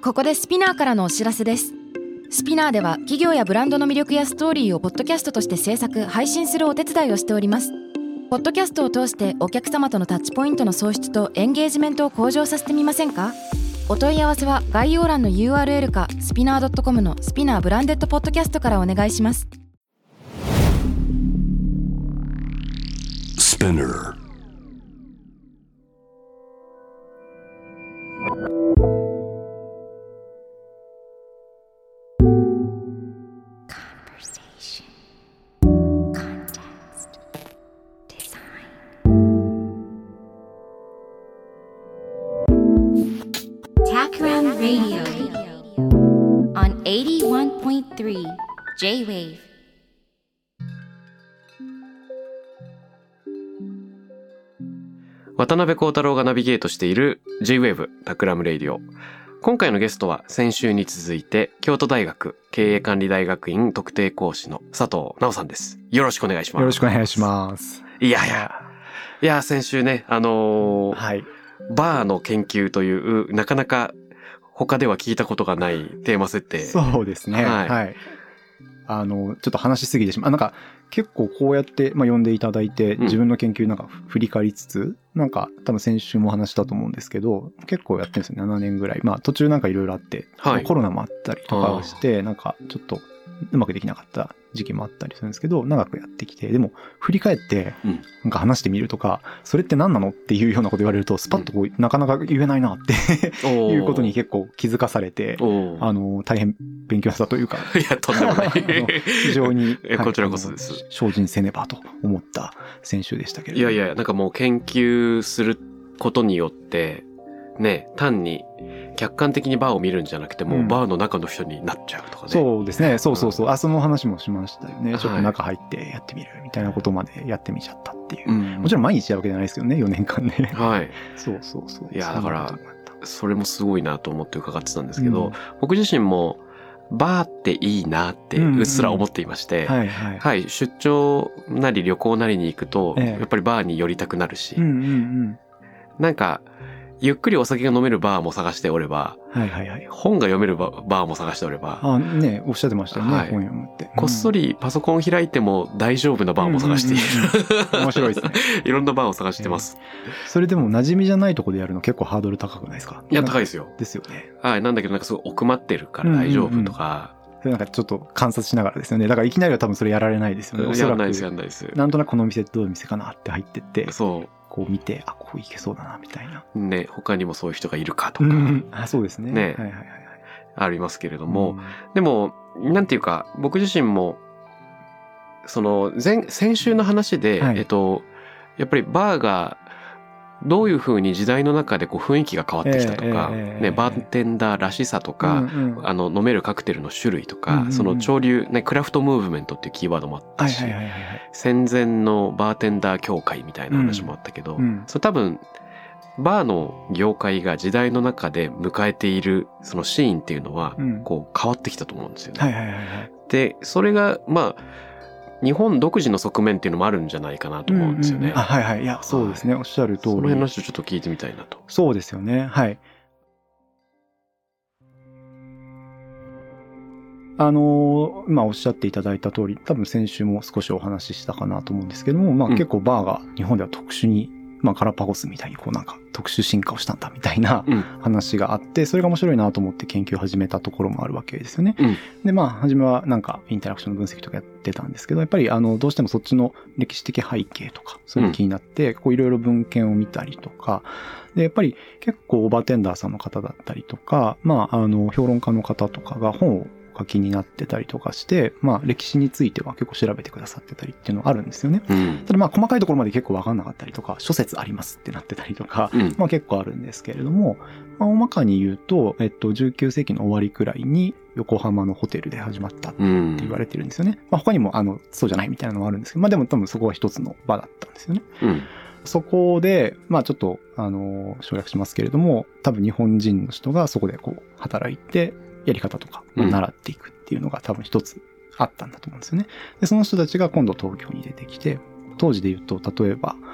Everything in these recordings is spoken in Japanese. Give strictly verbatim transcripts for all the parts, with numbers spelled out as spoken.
ここでスピナーからのお知らせです。スピナーでは企業やブランドの魅力やストーリーをポッドキャストとして制作・配信するお手伝いをしております。ポッドキャストを通してお客様とのタッチポイントの創出とエンゲージメントを向上させてみませんか？お問い合わせは概要欄の ユーアールエル かスピナー ドットコム のスピナーブランデッドポッドキャストからお願いします。スピナー Radio on エイティワンポイントスリー J-Wave。 渡辺幸太郎がナビゲートしている J-Wave タクラムレディオ。今回のゲストは先週に続いて京都大学経営管理大学院特定講師の佐藤直さんです。よろしくお願いします。 よろしくお願いします。 いやいやいや先週ねあのーはい、バーの研究というなかなか他では聞いたことがないテーマ設定。 そうですね。はい。はい、あの、ちょっと話しすぎてしまう。なんか、結構こうやって、まあ、呼んでいただいて、自分の研究なんか振り返りつつ、うん、なんか、多分先週も話したと思うんですけど、結構やってるんですよ。ななねんぐらい。まあ、途中なんかいろいろあって、はい、コロナもあったりとかをして、なんか、ちょっと、うまくできなかった時期もあったりするんですけど、長くやってきて、でも振り返ってなんか話してみるとか、うん、それって何なのっていうようなこと言われるとスパッとこう、うん、なかなか言えないなっていうことに結構気づかされて、あの大変勉強したというか、 いやとんでもない非常にこちらこそです。 精進せねばと思った先週でしたけれども、 いやいやなんかもう研究することによってね、単に客観的にバーを見るんじゃなくてもう、うん、バーの中の人になっちゃうとかね。 そうですね。そうそうそう。うん、あ、その話もしましたよね。ちょっと中入ってやってみるみたいなことまでやってみちゃったっていう。うん、もちろん毎日やるわけじゃないですけどね、よねんかんで。はい。そうそうそう。 いや、だから、それもすごいなと思って伺ってたんですけど、うん、僕自身もバーっていいなってうっすら思っていまして、うんうん、はいはい。はい。出張なり旅行なりに行くと、ええ、やっぱりバーに寄りたくなるし、うんうんうん、なんか、ゆっくりお酒が飲めるバーも探しておれば、はいはいはい、本が読めるバーも探しておれば、 あね、おっしゃってましたよね、はい、本読むって、うん、 こっそりパソコン開いても大丈夫なバーも探している、 うんうんうん、面白いですね。 いろんなバーを探してます、 えー、それでも馴染みじゃないとこでやるの結構ハードル高くないですか？ いや高いですよ。 ですよね。 はい、なんだけどなんかすごい奥まってるから大丈夫とか、 うんうんうん、それなんかちょっと観察しながらですよね。だからいきなりは多分それやられないですよね。 やらないですやらないです。 なんとなくこの店どういう店かなって入ってって、 そうこう見て、あ、こういけそうだなみたいなね、他にもそういう人がいるかとか、うん、 あ、そうですね。 ね、 はいはいはいはい、 ありますけれども、うん、でもなんていうか僕自身もその前先週の話で、はい、えっとやっぱりバーがどういう風に時代の中でこう雰囲気が変わってきたとか、えーえーね、バーテンダーらしさとか、うんうん、あの飲めるカクテルの種類とか、うんうんうん、その潮流、ね、クラフトムーブメントっていうキーワードもあったし、はいはいはいはい、戦前のバーテンダー協会みたいな話もあったけど、うんうん、それ多分バーの業界が時代の中で迎えているそのシーンっていうのはこう変わってきたと思うんですよね。はいはいはいはい、でそれがまあ日本独自の側面っていうのもあるんじゃないかなと思うんですよね。うんうん、あ、 はいはい。いや、そうですね。おっしゃる通り。 その辺の話をちょっと聞いてみたいなと。 そうですよね。はい。あの、今おっしゃっていただいた通り、多分先週も少しお話ししたかなと思うんですけども、まあ、うん、結構バーが日本では特殊に、まあ、ガラパゴスみたいにこうなんか特殊進化をしたんだみたいな話があって、それが面白いなと思って研究を始めたところもあるわけですよね。うん、で、まあ、初めはなんかインタラクションの分析とかやってたんですけど、やっぱりあの、どうしてもそっちの歴史的背景とか、そういうの気になって、こういろいろ文献を見たりとか、で、やっぱり結構バーテンダーさんの方だったりとか、まあ、あの、評論家の方とかが本を書きになってたりとかして、まあ歴史については結構調べてくださってたりっていうのがあるんですよね。うん、ただまあ細かいところまで結構わかんなかったりとか、諸説ありますってなってたりとか、うん、まあ結構あるんですけれども、まあ大まかに言うと、えっとじゅうきゅうせいきの終わりくらいに横浜のホテルで始まったって言われてるんですよね。うん、まあ他にもあの、そうじゃないみたいなのもあるんですけど、まあでも多分そこは一つの場だったんですよね。うん、そこで、まあちょっと、あの、省略しますけれども、多分日本人の人がそこでこう働いて、やり方とかを習っていくっていうのが多分一つあったんだと思うんですよね。で、その人たちが今度東京に出てきて、当時で言うと、例えば、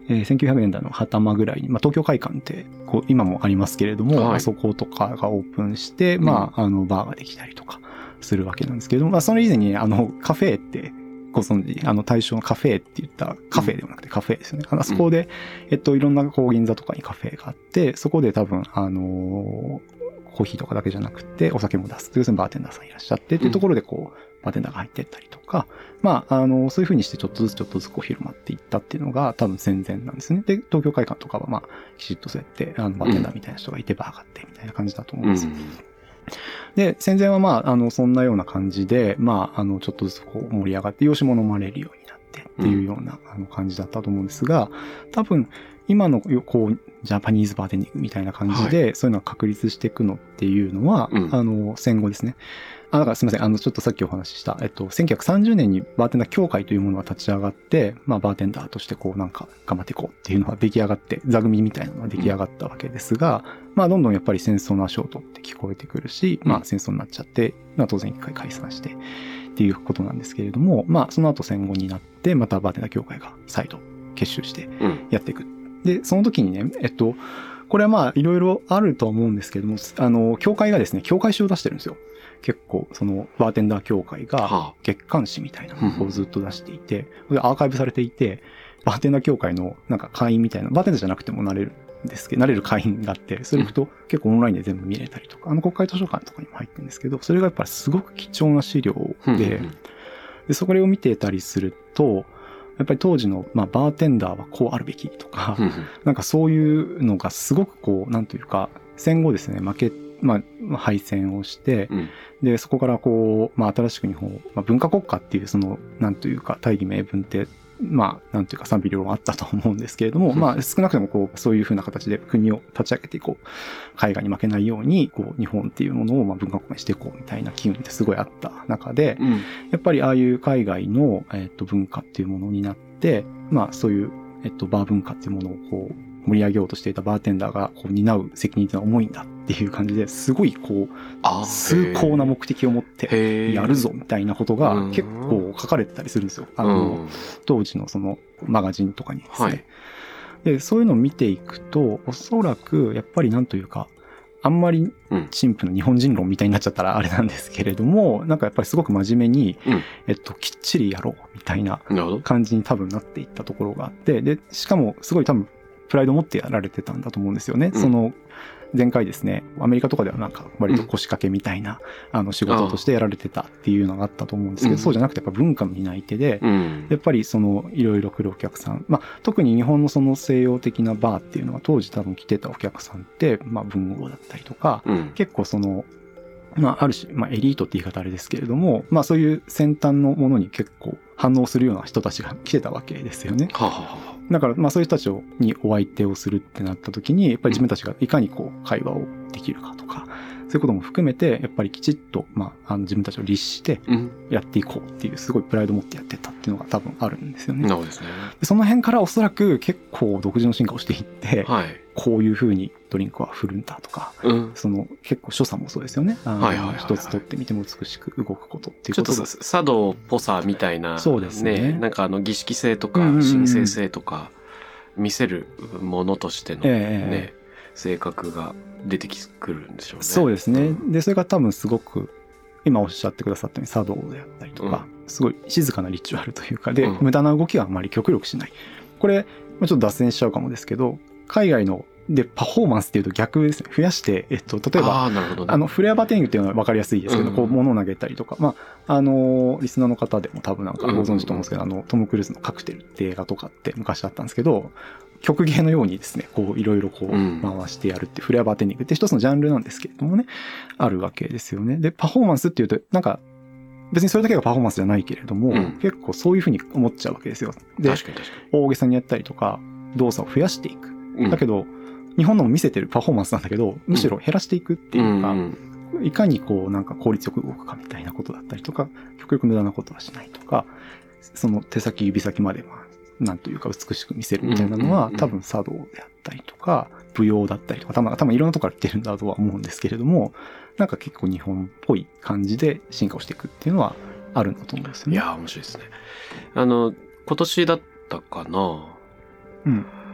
えー、せんきゅうひゃくねんだいの頭ぐらいに、まあ、東京会館ってこう今もありますけれども、はい、あそことかがオープンして、まあ、あのバーができたりとかするわけなんですけど、まあ、それ以前に、ね、あのカフェってご存知、あの大正のカフェって言ったカフェではなくてカフェですよね。あそこで、えっと、いろんなこう銀座とかにカフェがあって、そこで多分、あのー、コーヒーとかだけじゃなくて、お酒も出す。要するにバーテンダーさんいらっしゃってっていうところで、こう、バーテンダーが入ってったりとか、まあ、あの、そういう風にしてちょっとずつちょっとずつこう広まっていったっていうのが多分戦前なんですね。で、東京会館とかはまあ、きちっとそうやって、あの、バーテンダーみたいな人がいてバーがあってみたいな感じだと思うんですよ。うんで、戦前はまあ、あの、そんなような感じで、まあ、あの、ちょっとずつこう盛り上がって、洋酒も飲まれるようになってっていうような、あの感じだったと思うんですが、多分、今の、こう、ジャパニーズバーテンディングみたいな感じで、はい、そういうのが確立していくのっていうのは、うん、あの、戦後ですね。あ、だからすみません。あの、ちょっとさっきお話しした、えっと、せんきゅうひゃくさんじゅうねんにバーテンダー協会というものが立ち上がって、まあ、バーテンダーとしてこう、なんか、頑張っていこうっていうのが出来上がって、座組みたいなのが出来上がったわけですが、うん、まあ、どんどんやっぱり戦争の足音って聞こえてくるし、まあ、戦争になっちゃって、まあ、当然一回解散して、っていうことなんですけれども、まあ、その後戦後になって、またバーテンダー協会が再度結集してやっていく。うんで、その時にね、えっと、これはまあ、いろいろあるとは思うんですけども、あの、協会がですね、協会誌を出してるんですよ。結構、その、バーテンダー協会が月刊誌みたいなのをずっと出していて、はあ、アーカイブされていて、バーテンダー協会のなんか会員みたいな、バーテンダーじゃなくてもなれるんですけど、なれる会員があって、それ行くと結構オンラインで全部見れたりとか、あの国会図書館とかにも入ってるんですけど、それがやっぱりすごく貴重な資料で、で、それを見てたりすると、やっぱり当時の、まあ、バーテンダーはこうあるべきとか、うんうん、なんかそういうのがすごくこう、なんというか、戦後ですね、負け、まあ、敗戦をして、うん、で、そこからこう、まあ、新しく日本を、まあ、文化国家っていう、その、なんというか、大義名分って、まあ、なんというか賛否両論あったと思うんですけれども、うん、まあ、少なくともこう、そういうふうな形で国を立ち上げていこう、海外に負けないように、こう、日本っていうものを、まあ、文化国家にしていこうみたいな機運ってすごいあった中で、うん、やっぱりああいう海外の、えっと、文化っていうものになって、まあ、そういう、えっと、バー文化っていうものをこう、盛り上げようとしていたバーテンダーがこう担う責任というのは重いんだっていう感じですごいこう崇高な目的を持ってやるぞみたいなことが結構書かれてたりするんですよ。あの当時のそのマガジンとかにですね。はい、でそういうのを見ていくとおそらくやっぱりなんというかあんまり陳腐な日本人論みたいになっちゃったらあれなんですけれども、なんかやっぱりすごく真面目に、うん、えっと、きっちりやろうみたいな感じに多分なっていったところがあって、で、しかもすごい多分プライドを持ってやられてたんだと思うんですよね。うん、その前回ですね、アメリカとかではなんか割と腰掛けみたいな、うん、あの仕事としてやられてたっていうのがあったと思うんですけど、うん、そうじゃなくてやっぱ文化の担い手で、うん、やっぱりそのいろいろ来るお客さん、まあ特に日本のその西洋的なバーっていうのは当時多分来てたお客さんって、まあ文豪だったりとか、うん、結構そのまあある種、まあエリートって言い方あれですけれども、まあそういう先端のものに結構反応するような人たちが来てたわけですよね。はあはあ、だから、まあそういう人たちにお相手をするってなった時に、やっぱり自分たちがいかにこう会話をできるかとか、そういうことも含めて、やっぱりきちっと、まあ、あの自分たちを律してやっていこうっていう、すごいプライドを持ってやってたっていうのが多分あるんですよね。 そうですね。 でその辺からおそらく結構独自の進化をしていって、はい、こういう風にドリンクは振るんだとか、うん、その結構所作もそうですよね。あの、はいはいはいはい、一つ取ってみても美しく動くことっていうことが。 ちょっと茶道っぽさみたいな、 そうですね。 ねなんかあの儀式性とか神聖性とか見せるものとしてのね、えー、性格が出てくるんでしょうね。 そうですね。で、それが多分すごく今おっしゃってくださったように茶道であったりとか、うん、すごい静かなリチュアルというかで、うん、無駄な動きはあまり極力しない。これ、ちょっと脱線しちゃうかもですけど、海外ので、パフォーマンスっていうと逆ですね。増やして、えっと、例えば、あ、なるほどね、あの、フレアバーテンディングっていうのは分かりやすいですけど、うん、こう、物を投げたりとか、まあ、あの、リスナーの方でも多分なんかご存知と思うんですけど、うんうんうん、あの、トム・クルーズのカクテルって映画とかって昔あったんですけど、曲芸のようにですね、こう、いろいろこう、回してやるっていう、フレアバーテンディングって一つのジャンルなんですけれどもね、あるわけですよね。で、パフォーマンスっていうと、なんか、別にそれだけがパフォーマンスじゃないけれども、うん、結構そういうふうに思っちゃうわけですよ。で、確かに確かに大げさにやったりとか、動作を増やしていく。うん、だけど、日本のも見せてるパフォーマンスなんだけど、むしろ減らしていくっていうか、うんうん、いかにこうなんか効率よく動くかみたいなことだったりとか、極力無駄なことはしないとか、その手先指先までまあ、なんというか美しく見せるみたいなのは、うんうんうん、多分茶道であったりとか、舞踊だったりとか、多分、多分いろんなとこから来てるんだとは思うんですけれども、なんか結構日本っぽい感じで進化をしていくっていうのはあるんだと思うんですよね。 いやー面白いですね。あの、今年だったかな、 うん。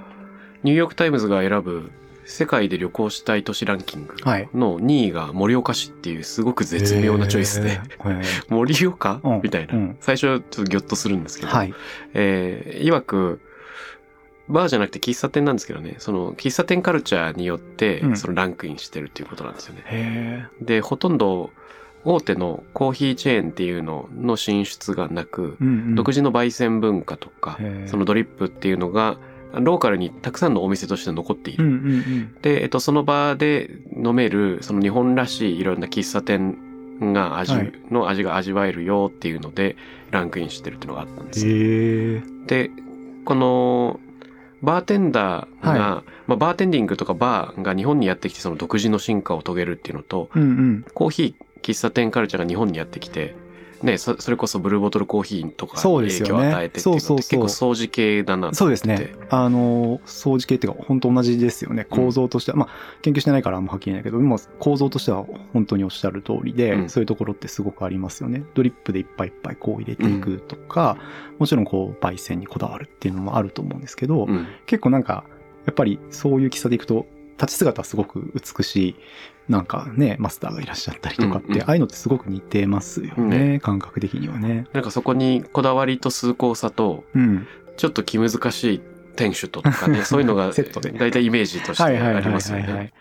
ニューヨークタイムズが選ぶ世界で旅行したい都市ランキングのにいが盛岡市っていうすごく絶妙なチョイスで、盛岡、うん、みたいな、うん、最初はちょっとギョッとするんですけど、はい、えー、曰くバーじゃなくて喫茶店なんですけどね、その喫茶店カルチャーによってそのランクインしてるっていうことなんですよね。へー。で、ほとんど大手のコーヒーチェーンっていうのの進出がなく、うんうん、独自の焙煎文化とか、そのドリップっていうのがローカルにたくさんのお店として残っている。うんうんうん、で、えっと、その場で飲める、その日本らしいいろんな喫茶店が味、はい、の味が味わえるよっていうので、ランクインしてるっていうのがあったんですよ。へー。で、この、バーテンダーが、はい、まあ、バーテンディングとかバーが日本にやってきてその独自の進化を遂げるっていうのと、うんうん、コーヒー、喫茶店カルチャーが日本にやってきて、ね、そ, それこそブルーボトルコーヒーとかに影響を与えてっていうのって結構相似系だなと思って。そうですね。 あの、相似系っていうか本当同じですよね。構造としては。うん、まあ、研究してないからあんまはっきり言えないけど、でも構造としては本当におっしゃる通りで、うん、そういうところってすごくありますよね。ドリップでいっぱいいっぱいこう入れていくとか、うん、もちろんこう焙煎にこだわるっていうのもあると思うんですけど、うん、結構なんか、やっぱりそういう喫茶で行くと、立ち姿はすごく美しい、なんかね、マスターがいらっしゃったりとかって、うんうん、ああいうのってすごく似てますよね、ね、感覚的にはね。 なんかそこにこだわりと崇高さと、うん、ちょっと気難しい店主とかね、そういうのがセットでだいたいイメージとしてありますよね。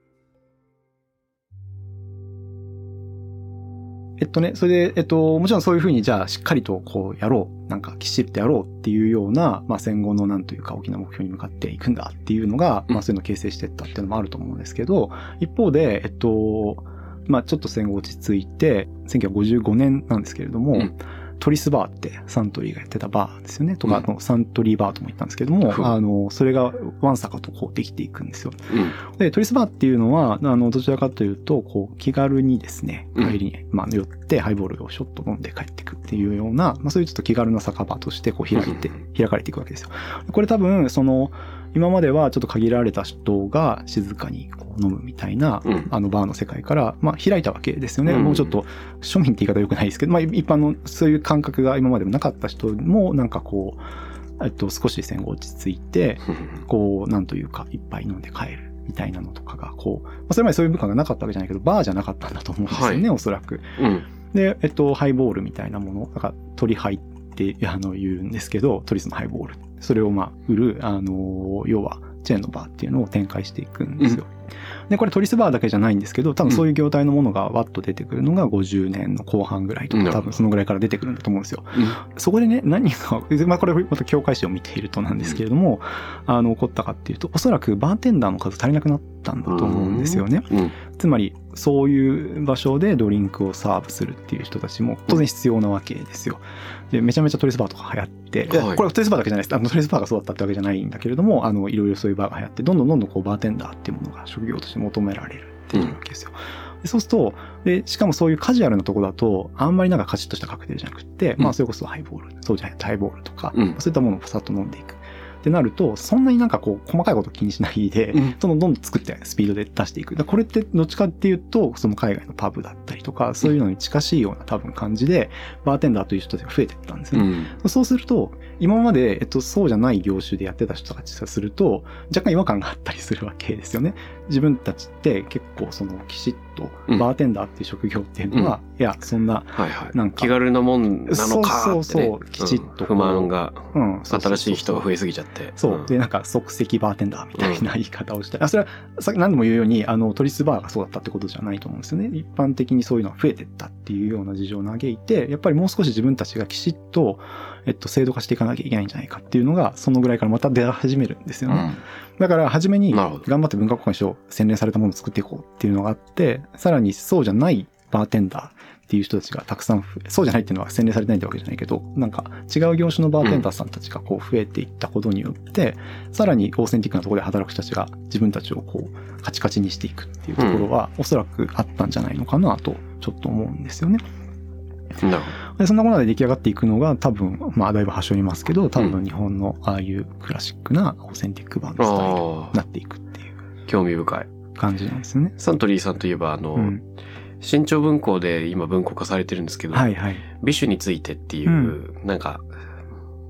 えっとね、それで、えっと、もちろんそういうふうに、じゃあ、しっかりとこうやろう、なんか、きっちりとやろうっていうような、まあ、戦後のなんというか、大きな目標に向かっていくんだっていうのが、まあ、そういうのを形成していったっていうのもあると思うんですけど、一方で、えっと、まあ、ちょっと戦後落ち着いて、せんきゅうひゃくごじゅうごねんなんですけれども、うん、トリスバーってサントリーがやってたバーですよね。とか、うん、サントリーバーとも言ったんですけども、うん、あの、それがわんさかとこうできていくんですよ。うん、で、トリスバーっていうのは、あの、どちらかというと、こう、気軽にですね、帰りに、うん、まあ、寄ってハイボールをショット飲んで帰っていくっていうような、まあ、そういうちょっと気軽な酒場としてこう開いて、開かれていくわけですよ。これ多分、その、今まではちょっと限られた人が静かにこう飲むみたいな、うん、あのバーの世界から、まあ開いたわけですよね。うん、もうちょっと庶民って言い方良くないですけど、まあ一般のそういう感覚が今までもなかった人もなんかこう、えっと少し戦後落ち着いて、こうなんというか一杯飲んで帰るみたいなのとかがこう、まあ、それまでそういう文化がなかったわけじゃないけど、バーじゃなかったんだと思うんですよね、はい、おそらく。うん、で、えっとハイボールみたいなもの、なんか鳥ハイってあの言うんですけど、トリスのハイボール。それをまあ売る、あの、要はチェーンのバーっていうのを展開していくんですよ。うん、で、これトリスバーだけじゃないんですけど、多分そういう業態のものがわっと出てくるのがごじゅうねんの後半ぐらいとか、多分そのぐらいから出てくるんだと思うんですよ。うん、そこでね、何が、まあこれまた境界誌を見ているとなんですけれども、うん、あの、起こったかっていうと、おそらくバーテンダーの数足りなくなったんだと思うんですよね。うんうん、つまり、そういう場所でドリンクをサーブするっていう人たちも当然必要なわけですよ。で、めちゃめちゃトリスバーとか流行って、はい、これはトリスバーだけじゃないです。あのトリスバーがそうだったってわけじゃないんだけれども、あの、いろいろそういうバーが流行って、どんどんどんどんこうバーテンダーっていうものが職業として求められるっていうわけですよ。うん、でそうすると、で、しかもそういうカジュアルなとこだと、あんまりなんかカチッとしたカクテルじゃなくて、うん、まあそれこそハイボール、そうじゃないハイボールとか、うん、そういったものをさっと飲んでいく。ってなると、そんなになんかこう、細かいこと気にしないで、うん、そのどんどん作ってスピードで出していく。だこれってどっちかっていうと、その海外のパブだったりとか、そういうのに近しいような多分感じで、バーテンダーという人たちが増えていったんですよね。うん、そうすると、今まで、えっと、そうじゃない業種でやってた人たちがすると、若干違和感があったりするわけですよね。自分たちって結構その、きちっと、バーテンダーっていう職業っていうのは、うん、いや、そんな、 はいはい、なんか気軽なもんなのかって、ね、そうそうそう、 きちっと、 うん。不満が、うん、新しい人が増えすぎちゃって。 そう。で、なんか即席バーテンダーみたいな言い方をしたり、うん、あそれはさっき何度も言うように、あの、トリスバーがそうだったってことじゃないと思うんですよね。一般的にそういうのが増えてったっていうような事情を嘆いて、やっぱりもう少し自分たちがきちっと、えっと、制度化していかなきゃいけないんじゃないかっていうのが、そのぐらいからまた出始めるんですよね。うん、だから、初めに、頑張って文化交換書、洗練されたものを作っていこうっていうのがあって、さらにそうじゃないバーテンダーっていう人たちがたくさん、そうじゃないっていうのは洗練されてないってわけじゃないけど、なんか違う業種のバーテンダーさんたちがこう増えていったことによって、うん、さらにオーセンティックなところで働く人たちが自分たちをこう、カチカチにしていくっていうところは、おそらくあったんじゃないのかなと、ちょっと思うんですよね。 なるほど。 でそんなもので出来上がっていくのが多分、まあだいぶ端折りますけど、多分日本のああいうクラシックなオーセンティックバーのスタイルになっていくっていう。 興味深い。 感じなんですね。 サントリーさんといえば、あの、うん、新潮文庫で今文庫化されてるんですけど、はいはい、美酒についてっていう、うん、なんか、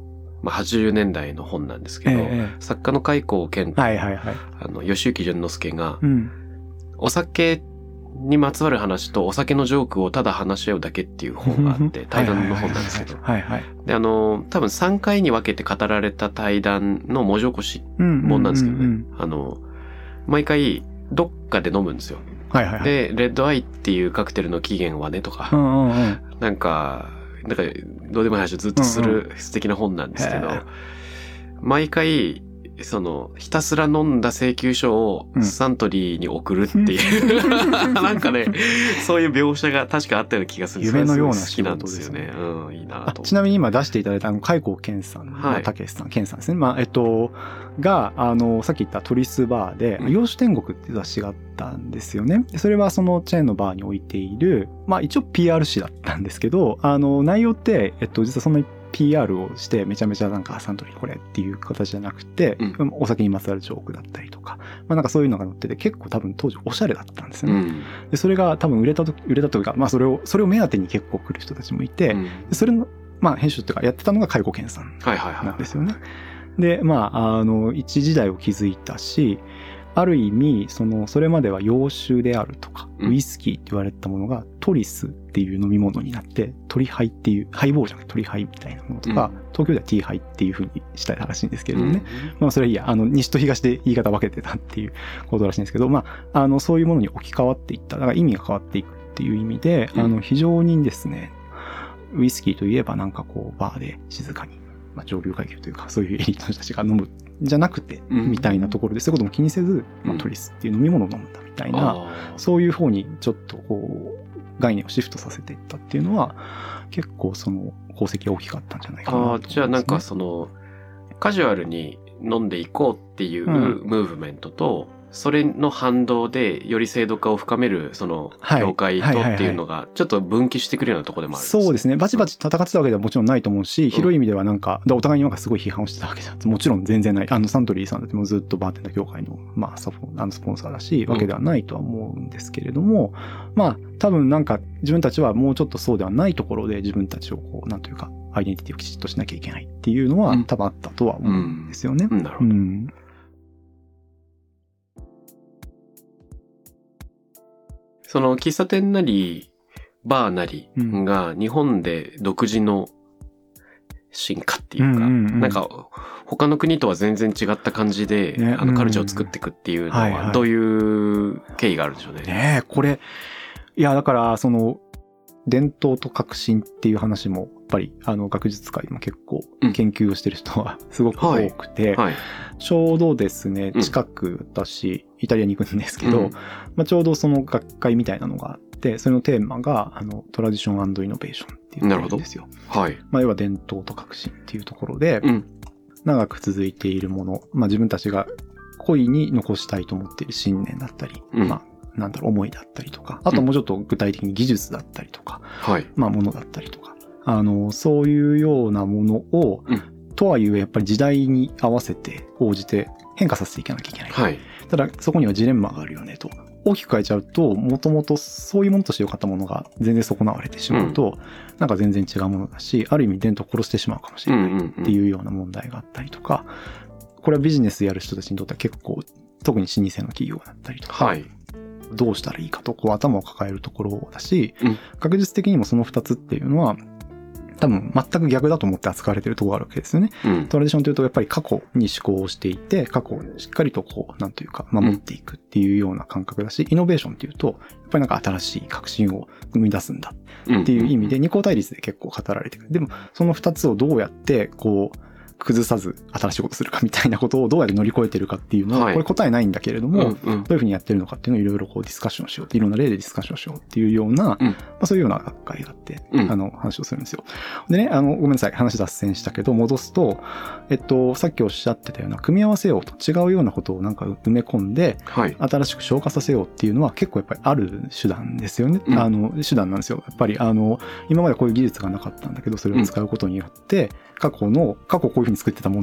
まあ、はちじゅうねんだいの本なんですけど、ええ、作家の海口健と、はいはいはい、あの吉行淳之介が、うん、お酒にまつわる話とお酒のジョークをただ話し合うだけっていう本があって、対談の本なんですけど、で、あの、多分さんかいに分けて語られた対談の文字起こし本なんですけどね、あの、毎回どっかで飲むんですよ。はいはいはい、で、レッドアイっていうカクテルの起源はねとか、うんうんうん、なんか、なんか、どうでもいい話をずっとする素敵な本なんですけど、うんうん、毎回、その、ひたすら飲んだ請求書をサントリーに送るっていう、うん、なんかね、そういう描写が確かあったような気がするんです。 夢のような仕事ですよね。うん、いいなと。 ちなみに今出していただいた、あの、海口健さん、はい、たけしさん、健さんですね。まあ、えっと、が、あの、さっき言ったトリスバーで、うん、洋酒天国っていう雑誌があったんですよね。それはそのチェーンのバーに置いている、まあ一応 ピーアール 誌だったんですけど、あの、内容って、えっと、実はそんなにピーアール をしてめちゃめちゃなんかサントリーこれっていう形じゃなくて、うん、お酒にまつわるジョークだったりとか、まあなんかそういうのが載ってて結構多分当時おしゃれだったんですよね。うん、でそれが多分売れたと、売れたというか、まあそれを、それを目当てに結構来る人たちもいて、うん、でそれの、まあ編集っていうかやってたのが海口健さんなんですよね。で、まあ、あの、一時代を築いたし、ある意味、その、それまでは洋酒であるとか、ウイスキーって言われてたものが、トリスっていう飲み物になって、鳥ハイっていう、ハイボールじゃなくて鳥ハイみたいなものとか、うん、東京ではティーハイっていう風にしたらしいんですけれどもね。うん、まあ、それはいいや、あの、西と東で言い方分けてたっていうことらしいんですけど、まあ、あの、そういうものに置き換わっていった。だから意味が変わっていくっていう意味で、うん、あの、非常にですね、ウイスキーといえばなんかこう、バーで静かに、まあ、上流階級というか、そういうエリートの人たちが飲むじゃなくて、みたいなところで、そういうことも気にせず、まあ、トリスっていう飲み物を飲むんだみたいな、うん、そういう方にちょっとこう、概念をシフトさせていったっていうのは、結構その功績が大きかったんじゃないかなと思いますね。ああ、 じゃあなんかその、カジュアルに飲んでいこうっていうムーブメントと、うんそれの反動でより制度化を深めるその業界とっていうのがちょっと分岐してくるようなところでもあるんですね。 そうですね。バチバチ戦ってたわけではもちろんないと思うし、うん、広い意味ではなんか、お互いになんかすごい批判をしてたわけだともちろん全然ない。あのサントリーさんだってもずっとバーテンダー業界のまあサポあのスポンサーだし、わけではないとは思うんですけれども、うん、まあ多分なんか自分たちはもうちょっとそうではないところで自分たちをこうなんというかアイデンティティをきちっとしなきゃいけないっていうのは多分あったとは思うんですよね。 うんうん、なるほど。うんその喫茶店なり、バーなりが日本で独自の進化っていうか、うんうんうん、なんか他の国とは全然違った感じで、ね、あのカルチャーを作っていくっていうのはどういう経緯があるんでしょうね。 ねえ、これ、いやだからその伝統と革新っていう話もやっぱりあの学術界も結構研究をしてる人はすごく多くて、うんはいはい、ちょうどですね近くだし、うん、イタリアに行くんですけど、うんまあ、ちょうどその学会みたいなのがあってそれのテーマがあのトラディション&イノベーションっていうことですよ。はいまあ、要は伝統と革新っていうところで、うん、長く続いているもの、まあ、自分たちが故意に残したいと思っている信念だったり、うんまあなんだろう、思いだったりとか、あともうちょっと具体的に技術だったりとか、うん、まあ、ものだったりとか、あの、そういうようなものを、うん、とはいえやっぱり時代に合わせて、応じて変化させていかなきゃいけない。はい、ただ、そこにはジレンマがあるよねと。大きく変えちゃうと、もともとそういうものとして良かったものが全然損なわれてしまうと、うん、なんか全然違うものだし、ある意味伝統を殺してしまうかもしれないっていうような問題があったりとか、これはビジネスやる人たちにとっては結構、特に老舗の企業だったりとか、はいどうしたらいいかとこう頭を抱えるところだし、うん、学術的にもその二つっていうのは多分全く逆だと思って扱われているところがあるわけですよね、うん、トラディションというとやっぱり過去に思考をしていて過去をしっかりとこうなんというか守っていくっていうような感覚だし、イノベーションっていうとやっぱりなんか新しい革新を生み出すんだっていう意味で二項対立で結構語られている。でもその二つをどうやってこう崩さず新しいことするかみたいなことをどうやって乗り越えてるかっていうのは、はい、これ答えないんだけれども、うんうん、どういうふうにやってるのかっていうのをいろいろこうディスカッションしようって、いろんな例でディスカッションしようっていうような、うんまあ、そういうような学会があって、うん、あの話をするんですよ。でね、あの、ごめんなさい、話脱線したけど、戻すと、えっと、さっきおっしゃってたような、組み合わせようと違うようなことをなんか埋め込んで、はい、新しく消化させようっていうのは結構やっぱりある手段ですよね。うん、あの、手段なんですよ。やっぱり、あの、今までこういう技術がなかったんだけど、それを使うことによって、過去の、過去こういうふうに作ってたものを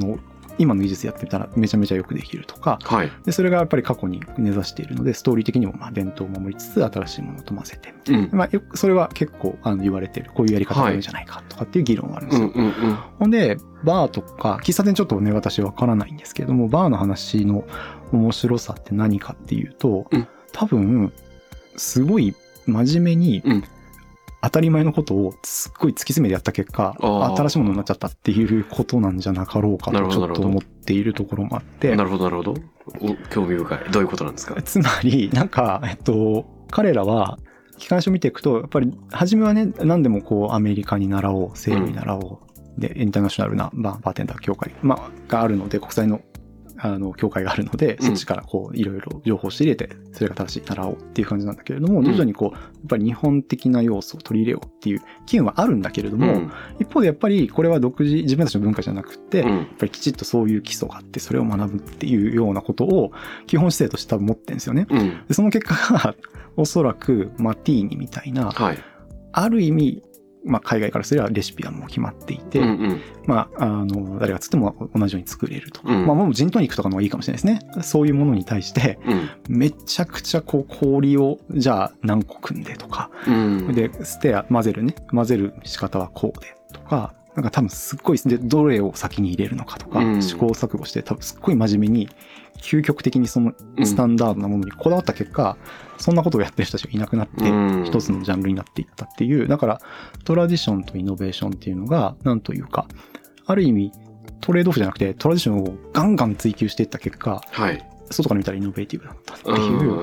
今の技術やってみたらめちゃめちゃよくできるとか、 はい、 でそれがやっぱり過去に根ざしているので、ストーリー的にもまあ伝統を守りつつ新しいものと混ぜてみたいな、うん、まあ、よくそれは結構あの言われてる、こういうやり方がいいんじゃないかとかっていう議論があるんですよ。 うんうんうん、 ほんでバーとか喫茶店ちょっとね私わからないんですけれども、バーの話の面白さって何かっていうと、うん、多分すごい真面目に、うん、当たり前のことをすっごい突き詰めてやった結果、新しいものになっちゃったっていうことなんじゃなかろうかとちょっと思っているところもあって。 なるほどなるほど。興味深い。どういうことなんですか？ つまりなんかえっと彼らは機関書見ていくとやっぱり初めはね何でもこうアメリカに習おう、西洋に習おう、うん、でインターナショナルなバー、バーテンダー協会、まあ、があるので国際のあの協会があるので、そっちからこういろいろ情報を仕入れてそれが正しい習おうっていう感じなんだけれども、徐々にこうやっぱり日本的な要素を取り入れようっていう機運はあるんだけれども、うん、一方でやっぱりこれは独自自分たちの文化じゃなくて、うん、やっぱりきちっとそういう基礎があってそれを学ぶっていうようなことを基本姿勢として多分持ってるんですよね。うん、でその結果がおそらくマティーニみたいな、はい、ある意味まあ、海外からすればレシピはもう決まっていて、うんうん、まあ、あの、誰が作っても同じように作れると。うん、まあ、もうジントニックとかの方がいいかもしれないですね。そういうものに対して、うん、めちゃくちゃこう氷を、じゃあ何個組んでとか、うん、で、ステア、混ぜるね、混ぜる仕方はこうでとか、なんか多分すっごい、で、どれを先に入れるのかとか、うん、試行錯誤して多分すっごい真面目に、究極的にそのスタンダードなものにこだわった結果、うん、そんなことをやってる人たちがいなくなって、うん、一つのジャンルになっていったっていう、だからトラディションとイノベーションっていうのが、なんというか、ある意味トレードオフじゃなくてトラディションをガンガン追求していった結果、はい、外から見たらイノベーティブだったっていう、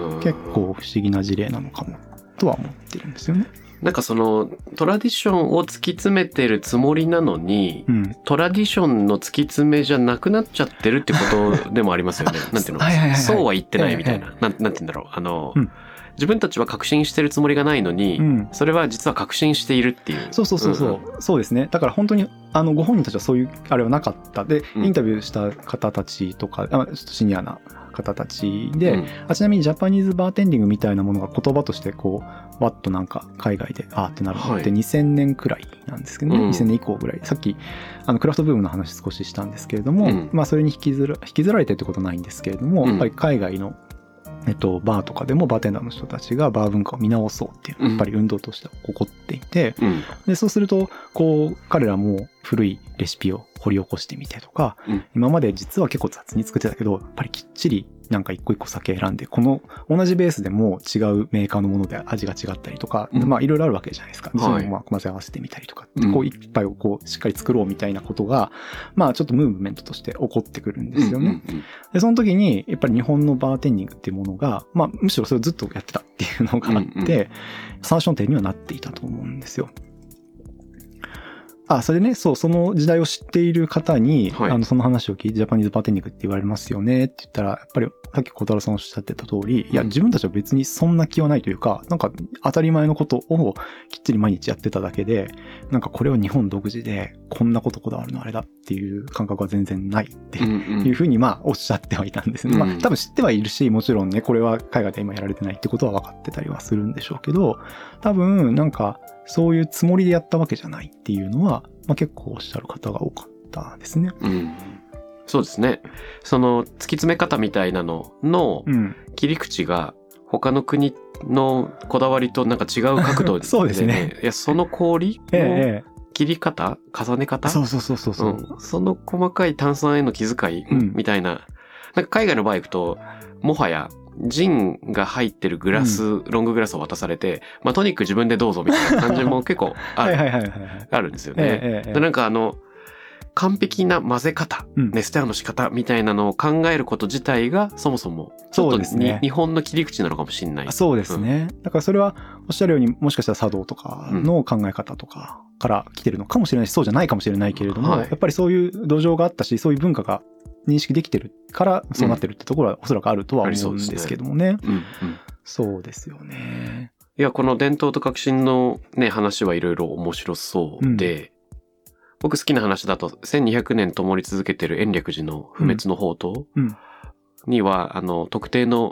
結構不思議な事例なのかもとは思ってるんですよね。 なんかそのトラディションを突き詰めてるつもりなのに、うん、トラディションの突き詰めじゃなくなっちゃってるってことでもありますよね。なんていうの、はいはいはいはい、そうは言ってないみたいな、ええ、なん、なんていうんだろう、あの、うん、自分たちは確信してるつもりがないのに、うん、それは実は確信しているっていう。 そうそうそうそう、うん、そうですね。だから本当にあのご本人たちはそういうあれはなかったで、インタビューした方たちとか、あちょっとシニアな方たちで、うん、あちなみにジャパニーズバーテンディングみたいなものが言葉としてこうわっとなんか海外であーってなるのってにせんねんくらいなんですけどね、はい、にせんねん以降ぐらい、さっきあのクラフトブームの話少ししたんですけれども、うん、まあそれに引きずら引きずられてってことはないんですけれども、うん、やっぱり海外のえっと、バーとかでもバーテンダーの人たちがバー文化を見直そうっていうのがやっぱり運動として起こっていて、うん、でそうするとこう彼らも古いレシピを掘り起こしてみてとか、うん、今まで実は結構雑に作ってたけどやっぱりきっちりなんか一個一個酒選んでこの同じベースでも違うメーカーのもので味が違ったりとか、うん、まあいろいろあるわけじゃないですか、はい、それをまあ混ぜ合わせてみたりとか、うん、こう一杯をこうしっかり作ろうみたいなことがまあちょっとムーブメントとして起こってくるんですよね、うんうんうん、でその時にやっぱり日本のバーテンディングっていうものがまあむしろそれをずっとやってたっていうのがあって、うんうん、参照点にはなっていたと思うんですよ。あ、それね、そう、その時代を知っている方に、はい、あの、その話を聞いて、ジャパニーズバーテンディングって言われますよねって言ったら、やっぱり、さっき小太郎さんおっしゃってた通り、うん、いや、自分たちは別にそんな気はないというか、なんか、当たり前のことをきっちり毎日やってただけで、なんかこれは日本独自で、こんなことこだわるのあれだっていう感覚は全然ないっていうふうに、まあ、おっしゃってはいたんですね。うんうん、まあ、多分知ってはいるし、もちろんね、これは海外で今やられてないってことは分かってたりはするんでしょうけど、多分、なんか、そういうつもりでやったわけじゃないっていうのは、まあ、結構おっしゃる方が多かったですね。 うん、そうですね。その突き詰め方みたいなのの切り口が他の国のこだわりとなんか違う角度で、ね、 そうですね。 いやその氷の切り方、重ね方、 そうそうそうそうそう、 うん、その細かい炭酸への気遣いみたいな、うん、なんか海外の場合行くともはやジンが入ってるグラス、うん、ロンググラスを渡されて、まあ、トニック自分でどうぞみたいな感じも結構ある、あるんですよね。えええ、でなんかあの、完璧な混ぜ方、うん、ね、ステアの仕方みたいなのを考えること自体がそもそもちょっと、ね、日本の切り口なのかもしれない。 そうですね。うん、だからそれはおっしゃるようにもしかしたら茶道とかの考え方とかから来てるのかもしれないし、そうじゃないかもしれないけれども、はい、やっぱりそういう土壌があったし、そういう文化が認識できてるからそうなってるってところはおそらくあるとは思うんですけどもね。うんうん、そうですよね。 いや、この伝統と革新のね、話はいろいろ面白そうで、うん、僕好きな話だとせんにひゃくねん灯り続けてる延暦寺の不滅の法灯には、うん、あの、特定の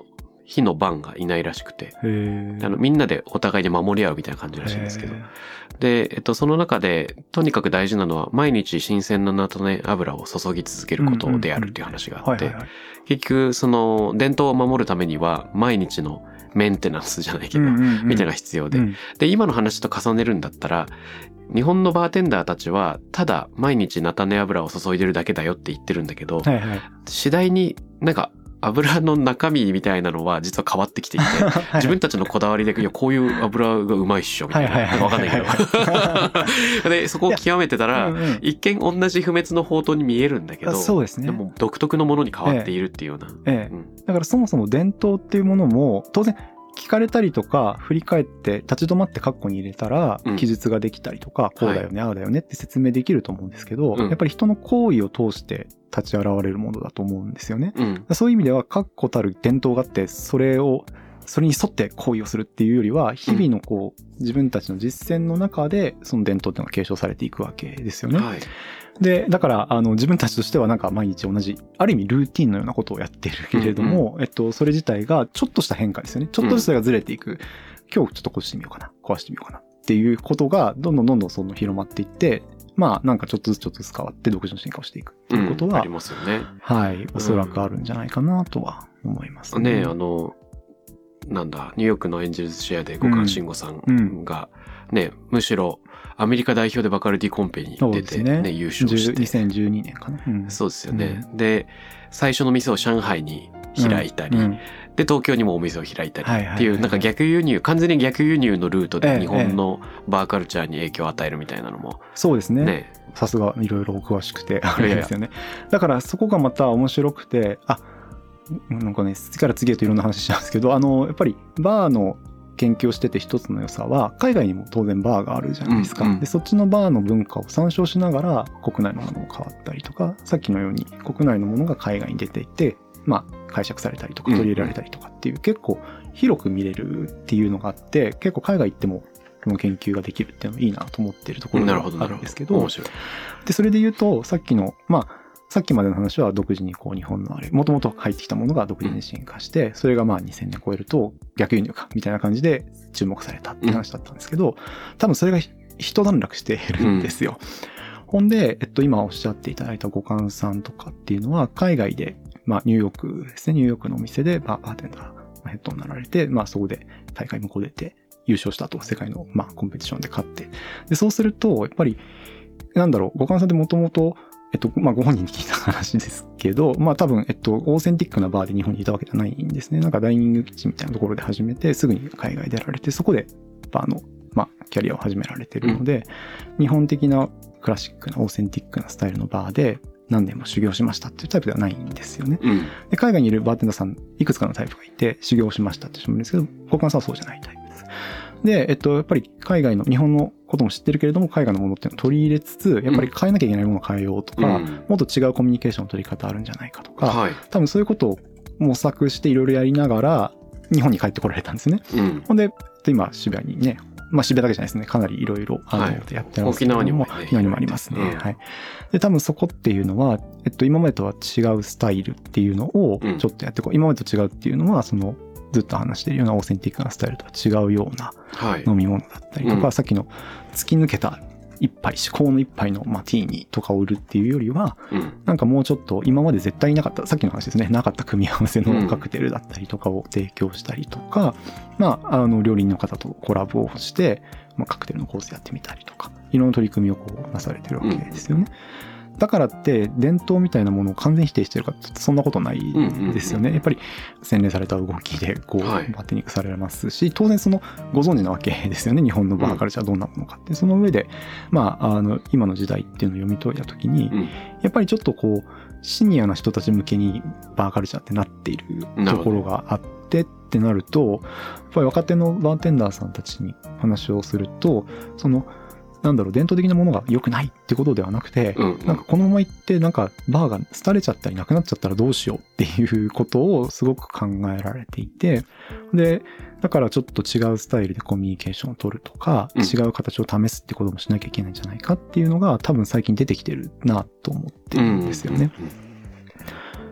火の番がいないらしくて、 へあのみんなでお互いに守り合うみたいな感じらしいんですけど、で、えっと、その中でとにかく大事なのは毎日新鮮な菜種油を注ぎ続けることであるっていう話があって、結局その伝統を守るためには毎日のメンテナンスじゃないけど、みたいなのが必要で、うん、で今の話と重ねるんだったら、日本のバーテンダーたちはただ毎日菜種油を注いでるだけだよって言ってるんだけど、はいはい、次第になんか油の中身みたいなのは実は変わってきていて、自分たちのこだわりで、いやこういう油がうまいっしょみたいな、なんかわかんないけどでそこを極めてたら、うんうん、一見同じ不滅の宝刀に見えるんだけど、 そうですね、 でも独特のものに変わっているっていうような、 ええうん、だからそもそも伝統っていうものも当然聞かれたりとか振り返って立ち止まってカッコに入れたら記述ができたりとか、うん、こうだよね、はい、ああだよねって説明できると思うんですけど、うん、やっぱり人の行為を通して立ち現れるものだと思うんですよね、うん、そういう意味では確固たる伝統があって、それをそれに沿って行為をするっていうよりは、日々のこう、うん、自分たちの実践の中でその伝統っていうのが継承されていくわけですよね、はい、でだからあの自分たちとしてはなんか毎日同じある意味ルーティンのようなことをやってるけれども、うんうん、えっとそれ自体がちょっとした変化ですよね。ちょっとずつがずれていく、うん、今日ちょっとこうしてみようかな、壊してみようかなっていうことがどんどんどんどんその広まっていって、まあなんかちょっとずつちょっとずつ変わって独自の進化をしていくっていうことは、うん、ありますよね。 はい、おそらくあるんじゃないかなとは思いますね。 ねえ、あのなんだニューヨークのエンジェルスシェアで五冠慎吾さんが、うん、ねむしろアメリカ代表でバカルディコンペに出て、ねね、優勝して。 にせんじゅうにねんかな。うん、 そうですよね、うん。で、最初の店を上海に開いたり、うんうん、で、東京にもお店を開いたりっていう、なんか逆輸入、完全に逆輸入のルートで日本のバーカルチャーに影響を与えるみたいなのも。 そうですね。さすがいろいろお詳しくて、あれですよね。だからそこがまた面白くて、あ、なんかね、次から次へといろんな話しちゃうんですけど、あの、やっぱりバーの研究をしてて一つの良さは、海外にも当然バーがあるじゃないですか、うんうん、でそっちのバーの文化を参照しながら国内のものも変わったりとか、さっきのように国内のものが海外に出ていて、まあ解釈されたりとか取り入れられたりとかっていう、うんうん、結構広く見れるっていうのがあって、結構海外行ってもこの研究ができるっていうのはいいなと思ってるところがあるんですけど、 面白い。 でそれで言うと、さっきのまあさっきまでの話は独自にこう日本のあれ、もともと入ってきたものが独自に進化して、それがまあにせんねん超えると逆輸入かみたいな感じで注目されたって話だったんですけど、多分それが一段落しているんですよ。うん、ほんで、えっと今おっしゃっていただいた五冠さんとかっていうのは海外で、まあニューヨークですね、ニューヨークのお店でバーテンダーヘッドになられて、まあそこで大会向こう出て優勝したと、世界のまあコンペティションで勝って。で、そうすると、やっぱり、なんだろう、五冠さんってもともとえっと、まあ、ご本人に聞いた話ですけど、まあ、多分、えっと、オーセンティックなバーで日本にいたわけじゃないんですね。なんかダイニングキッチンみたいなところで始めて、すぐに海外出られて、そこでバーの、まあ、キャリアを始められているので、うん、日本的なクラシックなオーセンティックなスタイルのバーで何年も修行しましたっていうタイプではないんですよね。うん、で海外にいるバーテンダーさん、いくつかのタイプがいて、修行しましたって人もいるんですけど、交換さんはそうじゃないタイプです。で、えっと、やっぱり海外の、日本のことも知ってるけれども、海外のものっていうのを取り入れつつ、やっぱり変えなきゃいけないものを変えようとか、うん、もっと違うコミュニケーションの取り方あるんじゃないかとか、はい、多分そういうことを模索していろいろやりながら、日本に帰ってこられたんですね。うん、ほんで、今、渋谷にね、まあ渋谷だけじゃないですね、かなりいろいろあの、はい、やってますけども、沖縄にも、ね、沖縄にもありますね、うん。はい。で、多分そこっていうのは、えっと、今までとは違うスタイルっていうのをちょっとやってこう、うん、今までと違うっていうのは、その、ずっと話しているようなオーセンティックなスタイルとは違うような飲み物だったりとか、はいうん、さっきの突き抜けた一杯、至高の一杯のマティーニとかを売るっていうよりは、うん、なんかもうちょっと今まで絶対なかった、さっきの話ですね、なかった組み合わせのカクテルだったりとかを提供したりとか、うん、まあ、あの、料理人の方とコラボをして、まあ、カクテルのコースやってみたりとか、いろんな取り組みをこうなされてるわけですよね。うんだからって伝統みたいなものを完全否定してるかってそんなことないですよね。やっぱり洗練された動きでこうバッティングされますし、当然そのご存知なわけですよね。日本のバーカルチャーはどんなものかって。その上で、まあ、あの、今の時代っていうのを読み解いたときに、やっぱりちょっとこう、シニアな人たち向けにバーカルチャーってなっているところがあってってなると、やっぱり若手のバーテンダーさんたちに話をすると、その、なんだろう、伝統的なものが良くないってことではなくて、うんうん、なんかこのまま行ってなんかバーが廃れちゃったりなくなっちゃったらどうしようっていうことをすごく考えられていて、で、だからちょっと違うスタイルでコミュニケーションを取るとか、うん、違う形を試すってこともしなきゃいけないんじゃないかっていうのが多分最近出てきてるなと思ってるんですよね。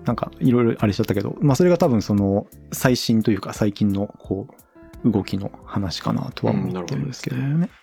なんかいろいろあれしちゃったけど、まあそれが多分その最新というか最近のこう動きの話かなとは思ってるんですけどもね。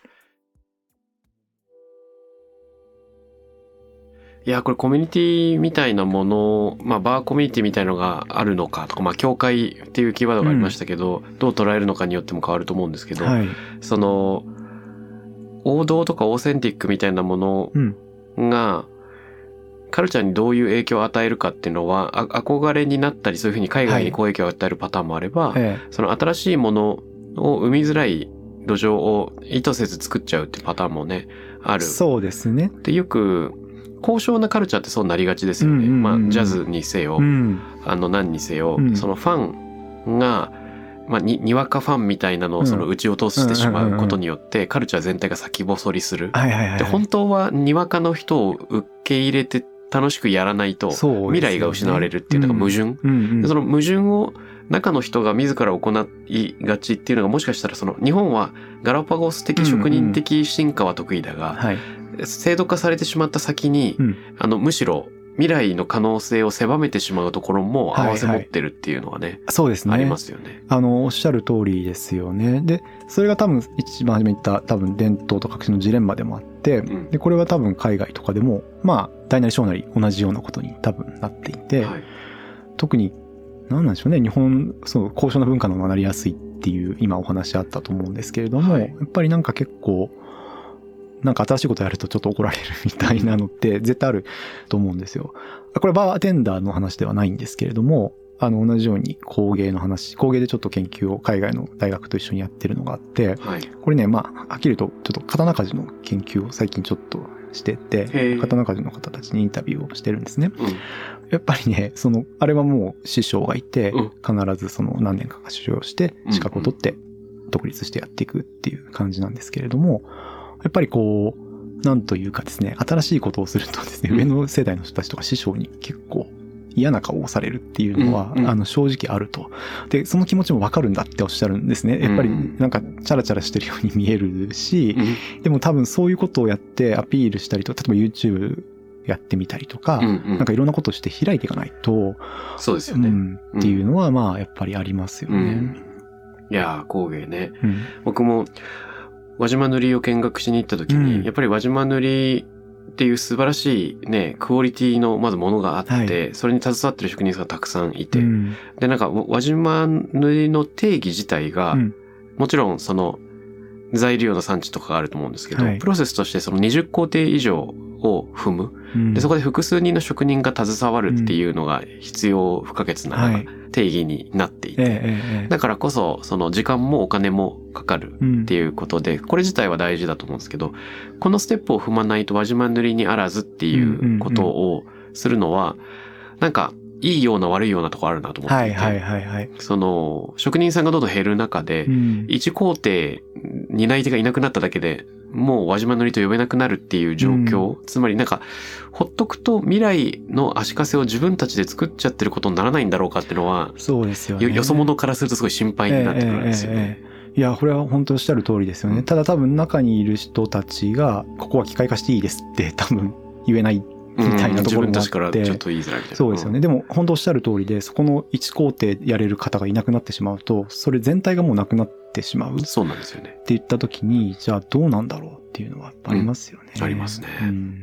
いや、これコミュニティみたいなもの、まあバーコミュニティみたいなのがあるのかとか、まあ教会っていうキーワードがありましたけど、うん、どう捉えるのかによっても変わると思うんですけど、はい、その、王道とかオーセンティックみたいなものが、カルチャーにどういう影響を与えるかっていうのは、あ憧れになったり、そういうふうに海外に好影響を与えるパターンもあれば、はい、その新しいものを生みづらい土壌を意図せず作っちゃうっていうパターンもね、ある。 そうですね。 で、よく、高尚なカルチャーってそうなりがちですよね。うんうんうん、まあ、ジャズにせよ、うん、あの、何にせよ、うん、そのファンが、まあ、に、にわかファンみたいなのをその打ち落としてしまうことによって、カルチャー全体が先細りする。はいはいはい、で、本当はにわかの人を受け入れて楽しくやらないと、未来が失われるっていうのが矛盾。うんうんうん、でその矛盾を中の人が自ら行いがちっていうのが、もしかしたらその、日本はガラパゴス的職人的進化は得意だが、うんうんはい制度化されてしまった先に、うん、あの、むしろ未来の可能性を狭めてしまうところも合わせ持ってるっていうのはね。はいはい、そうですね。ありますよね。 あの、おっしゃる通りですよね。で、それが多分一番初めに言った多分伝統と革新のジレンマでもあって、うん、で、これは多分海外とかでも、まあ、大なり小なり同じようなことに多分なっていて、はい、特に、何なんでしょうね。日本、そう、高尚な文化の方がなりやすいっていう今お話あったと思うんですけれども、はい、やっぱりなんか結構、なんか新しいことやるとちょっと怒られるみたいなのって絶対あると思うんですよ。これバーテンダーの話ではないんですけれども、あの同じように工芸の話、工芸でちょっと研究を海外の大学と一緒にやってるのがあって、はい、これね、まあ、はっきりとちょっと刀鍛冶の研究を最近ちょっとしてて、刀鍛冶の方たちにインタビューをしてるんですね。うん、やっぱりね、その、あれはもう師匠がいて、うん、必ずその何年かが修行して、資格を取って独立してやっていくっていう感じなんですけれども、やっぱりこう、なんというかですね、新しいことをするとですね、うん、上の世代の人たちとか師匠に結構嫌な顔をされるっていうのは、うんうん、あの正直あると。で、その気持ちもわかるんだっておっしゃるんですね。やっぱりなんかチャラチャラしてるように見えるし、うん、でも多分そういうことをやってアピールしたりとか、例えば YouTube やってみたりとか、うんうん、なんかいろんなことをして開いていかないと、 そうですよね。うん、 っていうのはまあやっぱりありますよね。うん、 いやー、工芸ね。うん、僕も輪島塗を見学しに行った時に、うん、やっぱり輪島塗っていう素晴らしいね、クオリティのまずものがあって、はい、それに携わってる職人さんがたくさんいて、うん、で、なんか輪島塗の定義自体が、うん、もちろんその材料の産地とかがあると思うんですけど、はい、プロセスとしてそのにじゅっこうてい以上を踏む、うん、で、そこで複数人の職人が携わるっていうのが必要不可欠な、はい、定義になっていて、ええ、だからこそその時間もお金もかかるっていうことで、うん、これ自体は大事だと思うんですけど、このステップを踏まないと輪島塗にあらずっていうことをするのは、なんかいいような悪いようなとこあるなと思っていて、はいはいはいはい、その職人さんがどんどん減る中で、うん、一工程担い手がいなくなっただけでもう輪島塗と呼べなくなるっていう状況、うん、つまりなんかほっとくと未来の足かせを自分たちで作っちゃってることにならないんだろうかっていうのは、 そうですよね。 よそ者からするとすごい心配になってくるんですよね。えーえーえーいや、これは本当おっしゃる通りですよね。うん、ただ多分中にいる人たちが、ここは機械化していいですって多分言えないみたいなところもあって。うん、自分たちからちょっと言いづらいみたいな。そうですよね。でも本当おっしゃる通りで、そこの一工程やれる方がいなくなってしまうと、それ全体がもうなくなってしまう。 そうなんですよね。 って言った時に、じゃあどうなんだろうっていうのはありますよね。 うん、ありますね。うん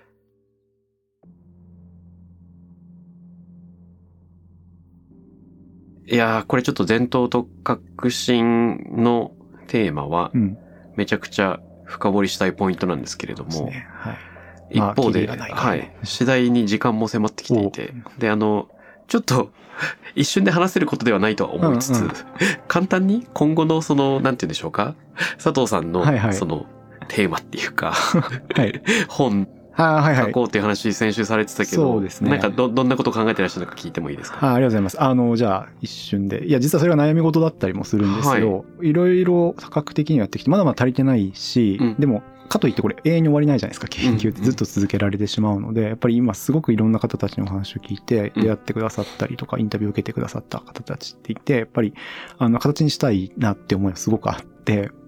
いやー、これちょっと伝統と革新のテーマは、めちゃくちゃ深掘りしたいポイントなんですけれども、うんねはい、一方で、まあね、はい、次第に時間も迫ってきていて、で、あの、ちょっと一瞬で話せることではないとは思いつつ、うんうん、簡単に今後のその、なんて言うんでしょうか、佐藤さんの、はいはい、その、テーマっていうか、はい、本、あはいはい、書こうっていう話先週されてたけど、そうですね。なんかど、どんなことを考えてらっしゃるのか聞いてもいいですか？ あ、ありがとうございます。あの、じゃあ一瞬で。いや、実はそれが悩み事だったりもするんですけど、はい、いろいろ多角的にやってきて、まだまだ足りてないし、うん、でも、かといってこれ永遠に終わりないじゃないですか、研究ってずっと続けられてしまうので、やっぱり今すごくいろんな方たちのお話を聞いて、出会ってくださったりとか、インタビューを受けてくださった方たちっていて、やっぱり、あの、形にしたいなって思いはすごくあって、やっ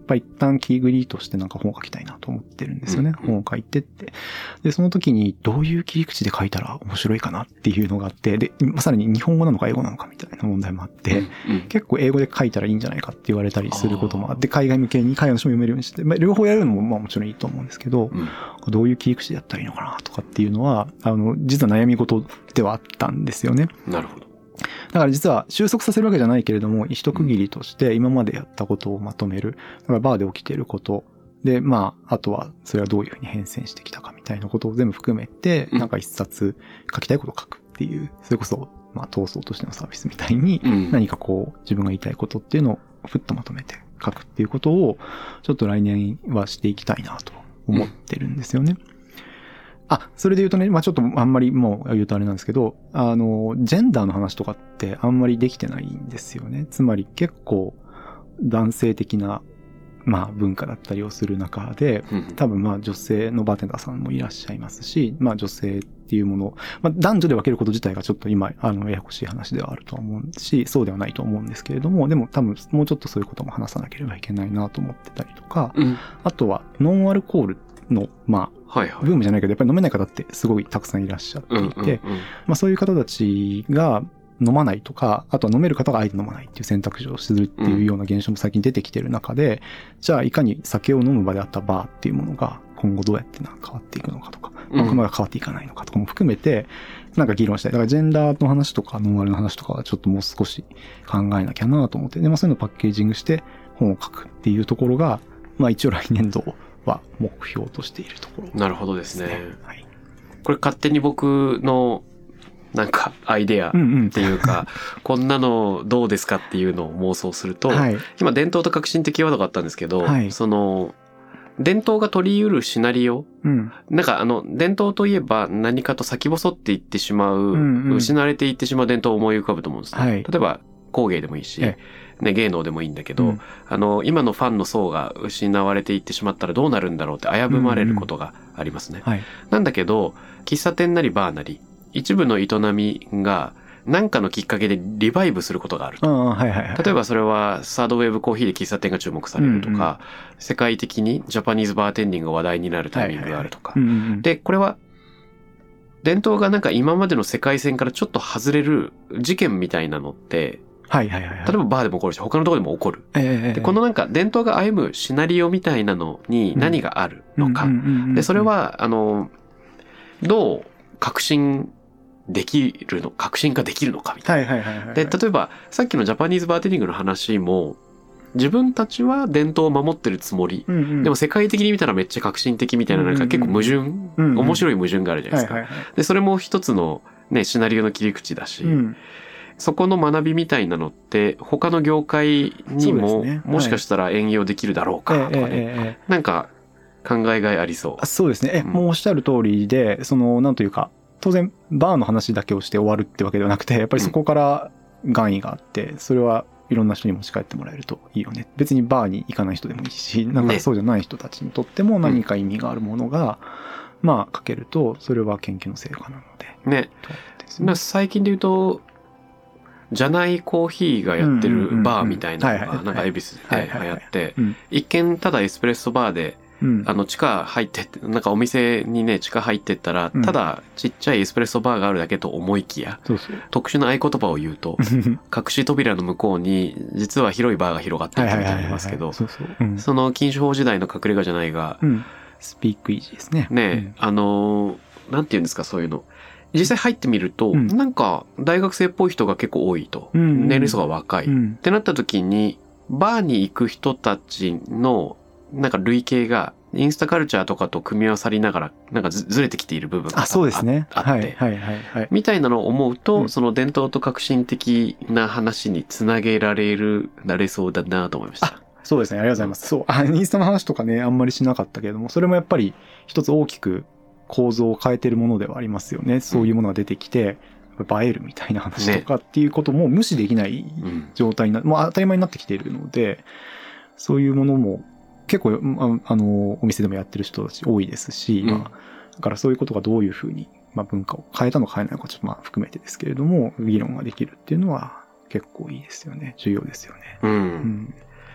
ぱり一旦切り繰りとしてなんか本を書きたいなと思ってるんですよね。 うん、 本を書いてって。で、その時にどういう切り口で書いたら面白いかなっていうのがあって、で、さらに日本語なのか英語なのかみたいな問題もあって、うん、結構英語で書いたらいいんじゃないかって言われたりすることもあって、海外向けに海外の人も読めるようにして、まあ、両方やるのもまあもちろんいいと思うんですけど、うん、どういう切り口でやったらいいのかなとかっていうのは、あの、実は悩み事ではあったんですよね。 なるほど。 だから実は収束させるわけじゃないけれども、一区切りとして今までやったことをまとめる。だからバーで起きていること。で、まあ、あとはそれはどういうふうに変遷してきたかみたいなことを全部含めて、なんか一冊書きたいことを書くっていう、それこそ、まあ、闘争としてのサービスみたいに、何かこう、自分が言いたいことっていうのをふっとまとめて書くっていうことを、ちょっと来年はしていきたいなと思ってるんですよね。あ、それで言うとね、まあちょっとあんまりもう言うとあれなんですけど、あの、ジェンダーの話とかってあんまりできてないんですよね。つまり結構男性的な、まあ文化だったりをする中で、多分まあ女性のバーテンダーさんもいらっしゃいますし、まあ女性っていうものを、まあ男女で分けること自体がちょっと今、あの、ややこしい話ではあると思うし、そうではないと思うんですけれども、でも多分もうちょっとそういうことも話さなければいけないなと思ってたりとか、うん、あとはノンアルコールの、まあ、はいはい、ブームじゃないけど、やっぱり飲めない方ってすごいたくさんいらっしゃっていて、うんうんうん、まあそういう方たちが飲まないとか、あとは飲める方があえて飲まないっていう選択肢をするっていうような現象も最近出てきてる中で、うん、じゃあいかに酒を飲む場であったバーっていうものが今後どうやってなんか変わっていくのかとか、まあ、このが変わっていかないのかとかも含めて、なんか議論したい。だからジェンダーの話とかノンアルの話とかはちょっともう少し考えなきゃなと思って、で、まあそういうのをパッケージングして本を書くっていうところが、まあ一応来年度は目標としているところですね。 なるほどですね。はい、これ勝手に僕のなんかアイデアっていうか、うんうん、こんなのどうですかっていうのを妄想すると、はい、今伝統と革新ってキーワードがあったんですけど、はい、その伝統が取り得るシナリオ、うん、なんかあの伝統といえば何かと先細っていってしまう、うんうん、失われていってしまう伝統を思い浮かぶと思うんですね。はい、例えば工芸でもいいし、ね、芸能でもいいんだけど、うん、あの、今のファンの層が失われていってしまったらどうなるんだろうって危ぶまれることがありますね。うんうんはい、なんだけど、喫茶店なりバーなり、一部の営みが何かのきっかけでリバイブすることがあると。はいはいはい、例えばそれはサードウェーブコーヒーで喫茶店が注目されるとか、うんうん、世界的にジャパニーズバーテンディングが話題になるタイミングがあるとか。で、これは伝統がなんか今までの世界線からちょっと外れる事件みたいなのって、はいはいはい、はい。例えばバーでも起こるし、他のところでも起こる。えー、で、このなんか伝統が歩むシナリオみたいなのに何があるのか。で、それは、あの、どう革新できるの、革新化できるのかみたいな。はいはいはいはい。で、例えば、さっきのジャパニーズバーテンディングの話も、自分たちは伝統を守ってるつもり。うんうん、でも世界的に見たらめっちゃ革新的みたいな、なんか結構矛盾、うんうん、面白い矛盾があるじゃないですか。はいはいはい、で、それも一つのね、シナリオの切り口だし、うんそこの学びみたいなのって他の業界にももしかしたら援用できるだろうかとかね。なんか考えがいありそう。 そうですね。え、もうおっしゃる通りで、その、なんというか、当然バーの話だけをして終わるってわけではなくて、やっぱりそこから願意があって、それはいろんな人に持ち帰ってもらえるといいよね。別にバーに行かない人でもいいし、なんかそうじゃない人たちにとっても何か意味があるものが、まあ書けると、それは研究の成果なので。ね。 ね最近で言うと、じゃないコーヒーがやってるバーみたいなのがなんか恵比寿で流行って一見ただエスプレッソバーであの地下入ってってなんかお店にね地下入ってったらただちっちゃいエスプレッソバーがあるだけと思いきや特殊な合言葉を言うと隠し扉の向こうに実は広いバーが広がっているみたいになりますけどその禁酒法時代の隠れ家じゃないがスピークイージーですねねあのなんて言うんですかそういうの実際入ってみると、うん、なんか大学生っぽい人が結構多いと、うんうん、年齢層が若い、うん、ってなった時にバーに行く人たちのなんか類型がインスタカルチャーとかと組み合わさりながらなんか ず, ずれてきている部分が あ, あ, そうですね、 あって、はいはいはいはい、みたいなのを思うと、うん、その伝統と革新的な話につなげられるなれそうだなと思いました。 そうですねありがとうございます。そうあインスタの話とかねあんまりしなかったけれどもそれもやっぱり一つ大きく構造を変えてるものではありますよね。そういうものが出てきて、映えるみたいな話とかっていうことも無視できない状態にな、ね、もう当たり前になってきているので、そういうものも結構、あ, あの、お店でもやってる人たち多いですし、うん、まあ、だからそういうことがどういうふうに、まあ、文化を変えたのか変えないのかちょっとまあ含めてですけれども、議論ができるっていうのは結構いいですよね。重要ですよね。うん。うん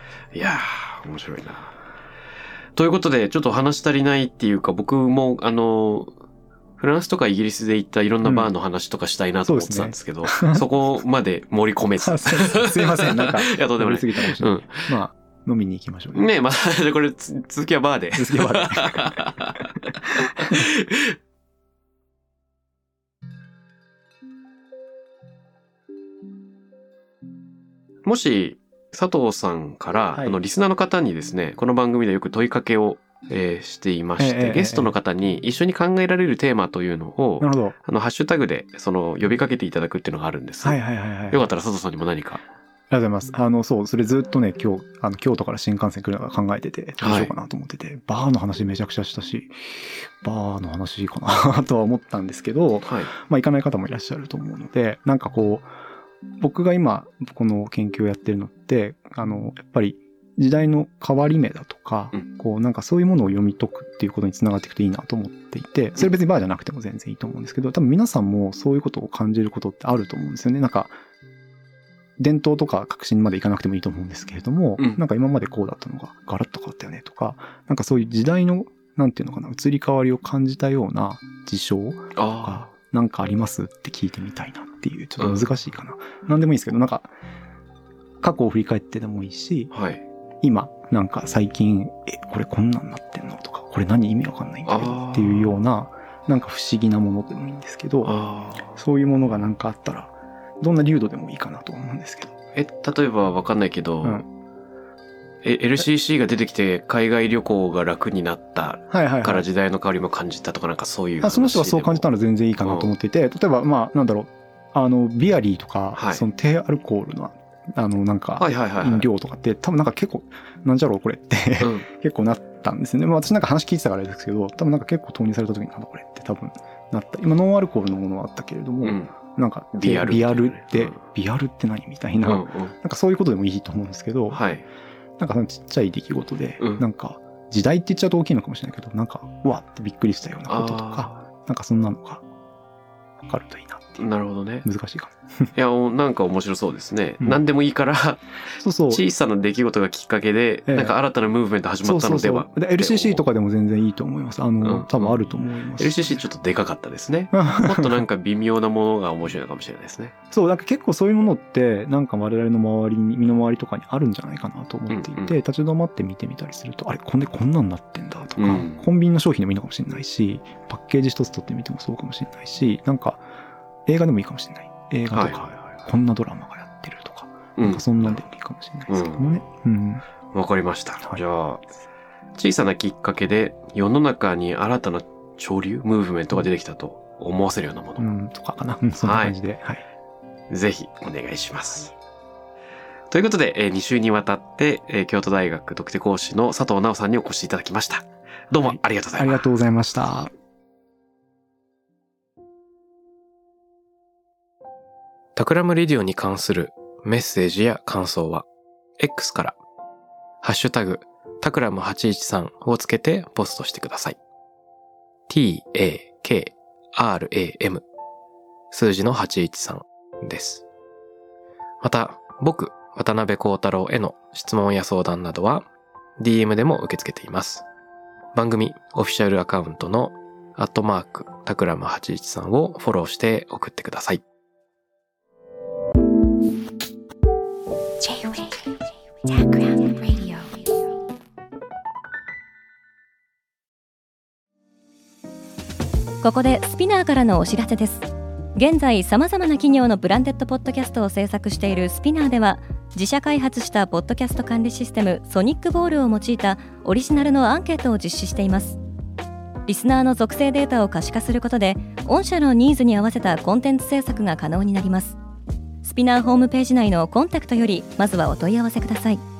いやー面白いな。ということでちょっと話足りないっていうか、僕もあのフランスとかイギリスで行ったいろんなバーの話とかしたいなと思ってたんですけど、うん そ, ね、そこまで盛り込めずすいませんなんかいやとんでもない過ぎたかもしれない、うん、まあ飲みに行きましょうね。ねえ、まあ、これ続きはバーで。 続きはバーで。 もし佐藤さんから、はい、あのリスナーの方にですね、この番組でよく問いかけを、えー、していまして、えー、ゲストの方に一緒に考えられるテーマというのを、なるほど、あのハッシュタグでその呼びかけていただくっていうのがあるんです。 はいはいはいはい。 よかったら佐藤さんにも何か。 ありがとうございます。あの、そう、それずっとね、今日、あの、京都から新幹線来るのが考えてて、どうしようかなと思ってて、はい、バーの話めちゃくちゃしたし、バーの話いいかなとは思ったんですけど、はい、まあ行かない方もいらっしゃると思うので、なんかこう、僕が今、この研究をやってるのって、あの、やっぱり時代の変わり目だとか、うん、こう、なんかそういうものを読み解くっていうことにつながっていくといいなと思っていて、それ別にバーじゃなくても全然いいと思うんですけど、多分皆さんもそういうことを感じることってあると思うんですよね。なんか、伝統とか革新までいかなくてもいいと思うんですけれども、うん、なんか今までこうだったのがガラッと変わったよねとか、なんかそういう時代の、なんていうのかな、移り変わりを感じたような事象とか、なんかありますって聞いてみたいなっていう、ちょっと難しいかな。うん、なんでもいいですけど、なんか、過去を振り返ってでもいいし、はい、今、なんか最近、え、これこんなんなってんのとか、これ何意味わかんないんだけどっていうような、なんか不思議なものでもいいんですけど、そういうものがなんかあったら、どんな流度でもいいかなと思うんですけど。 え、例えばわかんないけど、うん、え、エルシーシー が出てきて海外旅行が楽になったから時代の変わりも感じたとかなんかそういう話。 あ、その人はそう感じたら全然いいかなと思っていて、うん、例えばまあなんだろう、あの、ビアリーとか、はい、その低アルコールの、あのなんか、飲料とかって多分なんか結構、なんじゃろうこれって、うん、結構なったんですよね。まあ私なんか話聞いてたからあれですけど、多分なんか結構投入された時になんだこれって多分なった。今ノンアルコールのものはあったけれども、うんなんかビアル、ビアルって、うん、ビアルって何みたいな、うんうん、なんかそういうことでもいいと思うんですけど、はい、なんかそのちっちゃい出来事で、うん、なんか時代って言っちゃうと大きいのかもしれないけど、なんかうわってびっくりしたようなこととか、なんかそんなのが分かるといいなっていう。 なるほどね。 難しいかも。 いや、なんか面白そうですね。うん、何でもいいからそうそう、小さな出来事がきっかけで、ええ、なんか新たなムーブメント始まったのでは。 そうそうそう。で エルシーシー とかでも全然いいと思います。あの、うん、多分あると思います。 エルシーシー ちょっとでかかったですね。もっとなんか微妙なものが面白いのかもしれないですね。 そう、なんか結構そういうものって、なんか我々の周りに、身の回りとかにあるんじゃないかなと思っていて、うんうん、立ち止まって見てみたりすると、あれ、こんでこんなんなってんだとか、うん、コンビニの商品でもいいのかもしれないし、パッケージ一つ取ってみてもそうかもしれないし、なんか映画でもいいかもしれない。映画とか、はいはいはい、こんなドラマがやってるとか、うん、なんかそんなんでもいいかもしれないですけどもね。うん。わ、 うん、かりました。はい、じゃあ、小さなきっかけで世の中に新たな潮流、ムーブメントが出てきたと思わせるようなもの。 うん、とかかな。そんな感じで。はい。 はい、ぜひお願いします。ということで、えー、に週にわたって、えー、京都大学特定講師の佐藤直さんにお越しいただきました。どうもありがとうございます。はい、 ありがとうございました。 タクラムレディオに関するメッセージや感想は X からハッシュタグタクラムはちいちさんをつけてポストしてください。ティー エー ケー アール エー エム 数字のはちいちさんです。また僕渡辺幸太郎への質問や相談などは ディーエム でも受け付けています。番組オフィシャルアカウントのアットマークタクラムはちいちさんをフォローして送ってください。 ここでスピナーからのお知らせです。現在さまざまな企業のブランデッドポッドキャストを制作しているスピナーでは、自社開発したポッドキャスト管理システムソニックボールを用いたオリジナルのアンケートを実施しています。リスナーの属性データを可視化することで、御社のニーズに合わせたコンテンツ制作が可能になります。スピナーホームページ内のコンタクトよりまずはお問い合わせください。